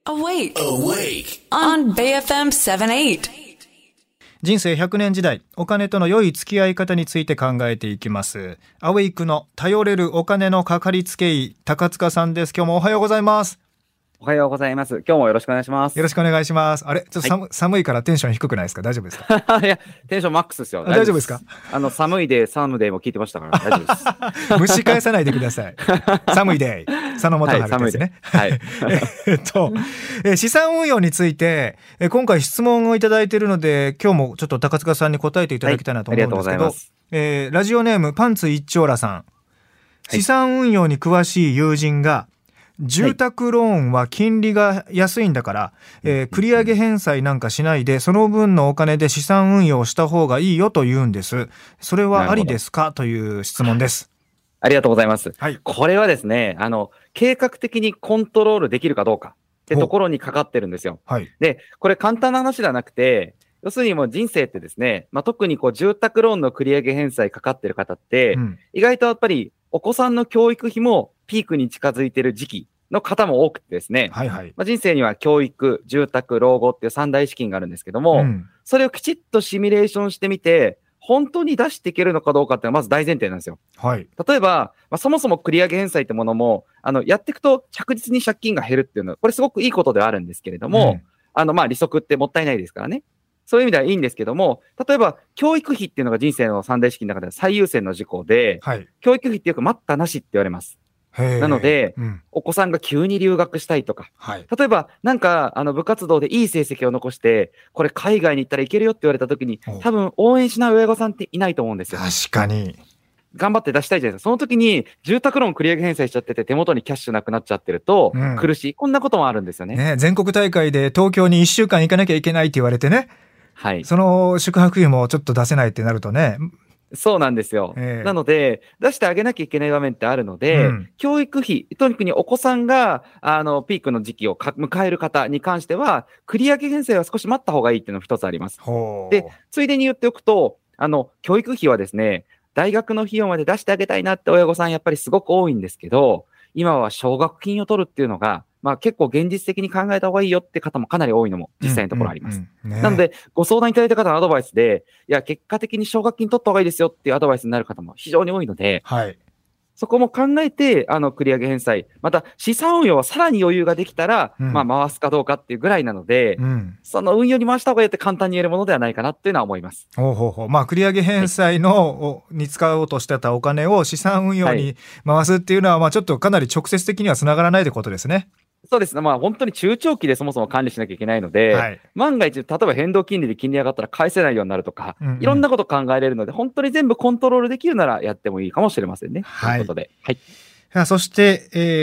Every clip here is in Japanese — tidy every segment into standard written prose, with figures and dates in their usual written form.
Awake. Awake. On BFM 78. 人生100年時代、お金との良い付き合い方について考えていきます。アウェイクの頼れるお金のかかりつけ医、高塚さんです。今日もおはようございます。 おはようございます。今日もよろしくお願いします。 よろしくお願いします。あれ、ちょっと寒いからテンション低くないですか？大丈夫ですか？ いや、テンションマックスですよ。 大丈夫ですか？ 寒いで、サムデーも聞いてましたから大丈夫です。 蒸し返さないでください。寒いデイ、佐野元春ですね。 はい。 資産運用について、今回質問をいただいているので、今日もちょっと高塚さんに答えていただきたいなと思うんですけど、ラジオネームパンツ一丁羅さん、資産運用に詳しい友人が、住宅ローンは金利が安いんだから、繰り上げ返済なんかしないでその分のお金で資産運用した方がいいよと言うんです。それはありですかという質問です。 ありがとうございます。 はい、 これはですね、計画的にコントロールできるかどうかってところにかかってるんですよ。 はい、 で、これ簡単な話ではなくて、要するにもう人生ってですね、特に住宅ローンの繰り上げ返済かかってる方って、意外とやっぱりお子さんの教育費もピークに近づいてる時期の方も多くてですね、人生には教育、住宅、老後っていう三大資金があるんですけども、それをきちっとシミュレーションしてみて、本当に出していけるのかどうかっていうのはまず大前提なんですよ。例えば、そもそも繰り上げ返済ってものも、やっていくと着実に借金が減るっていうのは、これすごくいいことではあるんですけれども、利息ってもったいないですからね。そういう意味ではいいんですけども、例えば、教育費っていうのが人生の三大資金の中では最優先の事項で、教育費ってよく待ったなしって言われます。なので、お子さんが急に留学したいとか、例えば、部活動でいい成績を残して、これ海外に行ったらいけるよって言われた時に、多分応援しない親御さんっていないと思うんですよ。 確かに。 頑張って出したいじゃないですか。その時に、住宅ローン繰り上げ返済しちゃってて、手元にキャッシュなくなっちゃってると、苦しい。こんなこともあるんですよね。 全国大会で東京に1週間行かなきゃいけないって言われてね。その宿泊費もちょっと出せないってなるとね。 そうなんですよ。なので、出してあげなきゃいけない場面ってあるので、教育費、特にお子さんが、ピークの時期を迎える方に関しては、繰り上げ返済は少し待った方がいいっていうのが一つあります。で、ついでに言っておくと、教育費はですね、大学の費用まで出してあげたいなって親御さんやっぱりすごく多いんですけど、今は奨学金を取るっていうのが、結構現実的に考えた方がいいよって方もかなり多いのも実際のところあります。なので、ご相談いただいた方のアドバイスで、いや、結果的に奨学金取った方がいいですよっていうアドバイスになる方も非常に多いので、そこも考えて、繰り上げ返済、また資産運用はさらに余裕ができたら、回すかどうかっていうぐらいなので、その運用に回した方がいいって簡単に言えるものではないかなっていうのは思います。 繰り上げ返済に使おうとしてたお金を資産運用に回すっていうのは、ちょっとかなり直接的にはつながらないってことですね。 そうですね。本当に中長期でそもそも管理しなきゃいけないので、万が一、例えば変動金利で金利上がったら返せないようになるとか、いろんなこと考えれるので、本当に全部コントロールできるならやってもいいかもしれませんね。ということで。 そして、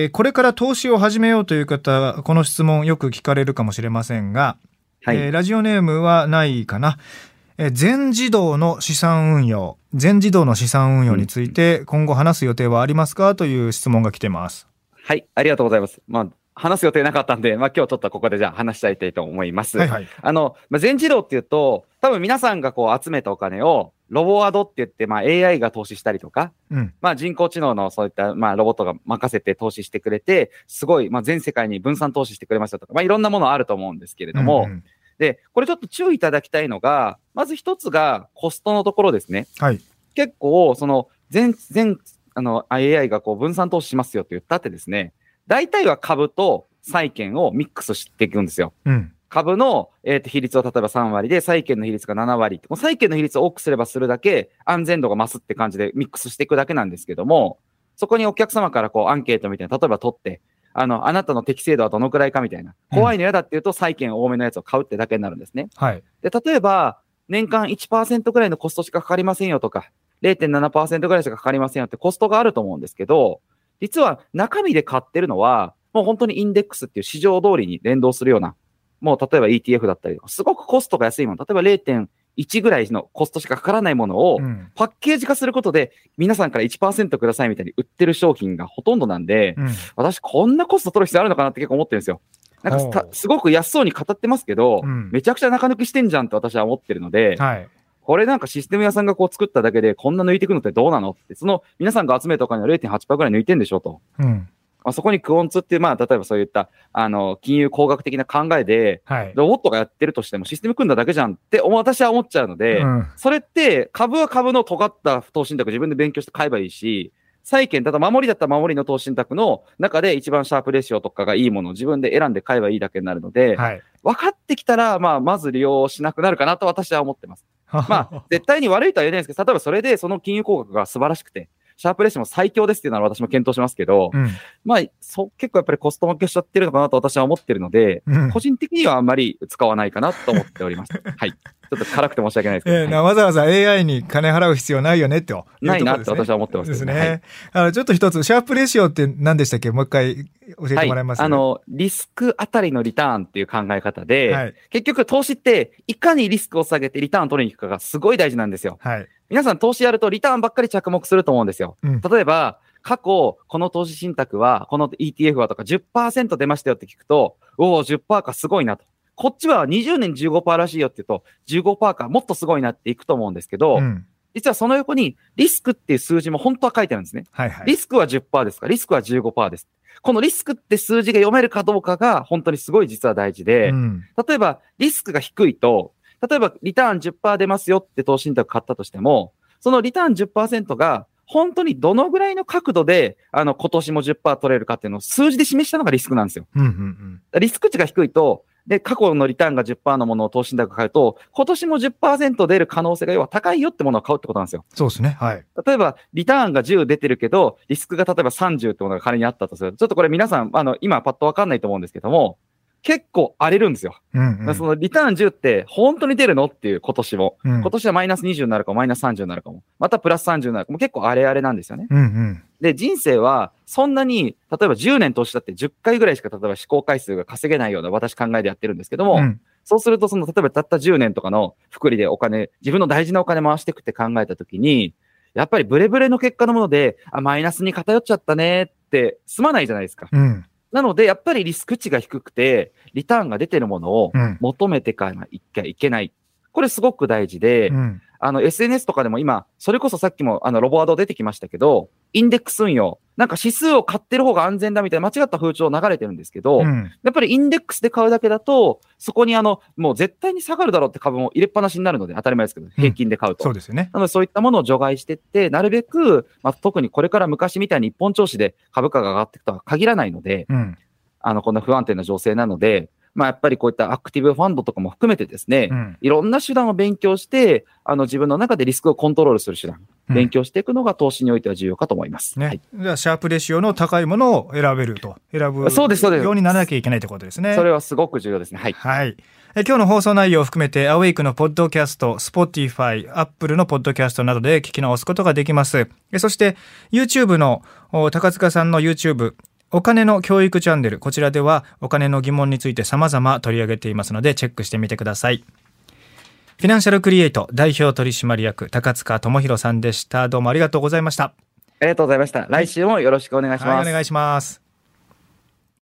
これから投資を始めようという方、この質問よく聞かれるかもしれませんが、ラジオネームはないかな。全自動の資産運用について今後話す予定はありますかという質問が来てます。 はい、ありがとうございます。話す予定なかったんで、今日ちょっとここでじゃあ話したいと思います。全自動っていうと、多分皆さんが集めたお金をロボアドって言って、AI が投資したりとか、人工知能のそういった、ロボットが任せて投資してくれて、すごい、全世界に分散投資してくれますよとか、いろんなものあると思うんですけれども、で、これちょっと注意いただきたいのが、まず一つがコストのところですね。結構、AI が分散投資しますよって言ったってですね、大体は株と債券をミックスしていくんですよ。株の、比率を例えば3割で、債券の比率が7割。債券の比率を多くすればするだけ安全度が増すって感じでミックスしていくだけなんですけども、そこにお客様からアンケートみたいな、例えば取って、あなたの適正度はどのくらいかみたいな。怖いの嫌だっていうと債券多めのやつを買うってだけになるんですね。で、例えば、年間 1% ぐらいのコストしかかかりませんよとか、0.7% ぐらいしかかかりませんよってコストがあると思うんですけど、実は中身で買ってるのは、もう本当にインデックスっていう市場通りに連動するような、もう例えば ETF だったり、すごくコストが安いもの、例えば 0.1 ぐらいのコストしかかからないものを、パッケージ化することで、皆さんから 1% くださいみたいに売ってる商品がほとんどなんで、私こんなコスト取る必要あるのかなって結構思ってるんですよ。すごく安そうに語ってますけど、めちゃくちゃ中抜きしてんじゃんって私は思ってるので、これシステム屋さんが作っただけでこんな抜いていくのってどうなのって、その皆さんが集めたお金の 0.8% ぐらい抜いてんでしょと。 そこにクオンツっていう、例えばそういった、金融工学的な考えで、ロボットがやってるとしてもシステム組んだだけじゃんって私は思っちゃうので、それって株は株の尖った投資信託自分で勉強して買えばいいし、債券、ただ守りだったら守りの投資信託の中で一番シャープレシオとかがいいものを自分で選んで買えばいいだけになるので、分かってきたら、まず利用しなくなるかなと私は思ってます。絶対に悪いとは言えないんですけど、例えばそれでその金融工学が素晴らしくて、シャープレシオも最強ですっていうのは私も検討しますけど、結構やっぱりコスト負けしちゃってるのかなと私は思ってるので、個人的にはあんまり使わないかなと思っております。はい。ちょっと辛くて申し訳ないですけど。 わざわざ AI に金払う必要ないよねっていうところですね。 ないなって私は思ってますですね。ちょっと一つ、シャープレシオって何でしたっけ？もう一回教えてもらえますか？ リスクあたりのリターンっていう考え方で、結局投資っていかにリスクを下げてリターンを取りに行くかがすごい大事なんですよ。皆さん投資やるとリターンばっかり着目すると思うんですよ。例えば、過去、この投資信託は、この ETF はとか 10% 出ましたよって聞くと、10% かすごいなと。こっちは20年 15% らしいよって言うと、15% かもっとすごいなっていくと思うんですけど、実はその横にリスクっていう数字も本当は書いてあるんですね。リスクは 10% ですか、リスクは 15% です。このリスクって数字が読めるかどうかが本当にすごい実は大事で、例えばリスクが低いと、例えばリターン 10% 出ますよって投資信託買ったとしても、そのリターン 10% が本当にどのぐらいの角度で、今年も 10% 取れるかっていうのを数字で示したのがリスクなんですよ。リスク値が低いと、で、過去のリターンが 10% のものを投資信託買うと、今年も 10% 出る可能性が要は高いよってものを買うってことなんですよ。 そうですね。 例えば、リターンが10出てるけど、リスクが例えば30ってものが仮にあったとする。ちょっとこれ皆さん、今パッとわかんないと思うんですけども、結構荒れるんですよ。そのリターン10って本当に出るのっていう今年も。今年はマイナス20になるかも、マイナス30になるかも。またプラス30になるかも。結構荒れ荒れなんですよね。で、人生はそんなに、例えば10年投資だって10回ぐらいしか例えば試行回数が稼げないような私考えでやってるんですけども、そうすると例えばたった10年とかの複利で自分の大事なお金回していくって考えたときに、やっぱりブレブレの結果のもので、マイナスに偏っちゃったねって済まないじゃないですか。なので、やっぱりリスク値が低くて、リターンが出てるものを求めてからいけない。これすごく大事で、SNS とかでも今、それこそさっきもロボワード出てきましたけど、インデックス運用、なんか指数を買ってる方が安全だみたいな間違った風潮流れてるんですけど、やっぱりインデックスで買うだけだと、そこにもう絶対に下がるだろうって株も入れっぱなしになるので、当たり前ですけど、平均で買うと。 そうですよね。 なのでそういったものを除外していって、なるべく、特にこれから昔みたいに一本調子で株価が上がっていくとは限らないので、こんな不安定な情勢なので、やっぱりこういったアクティブファンドとかも含めてですね、いろんな手段を勉強して、自分の中でリスクをコントロールする手段、勉強していくのが投資においては重要かと思います。 じゃあ、シャープレシオの高いものを選ぶようにならなきゃいけないということですね。 それはすごく重要ですね。 今日の放送内容を含めて、アウェイクのポッドキャスト、Spotify、Apple のポッドキャストなどで聞き直すことができます。そして、YouTube の高塚さんの YouTube、お金の教育チャンネル、こちらではお金の疑問について様々取り上げていますのでチェックしてみてください。フィナンシャルクリエイト代表取締役高塚智博さんでした。どうもありがとうございました。 ありがとうございました。来週もよろしくお願いします。 お願いします。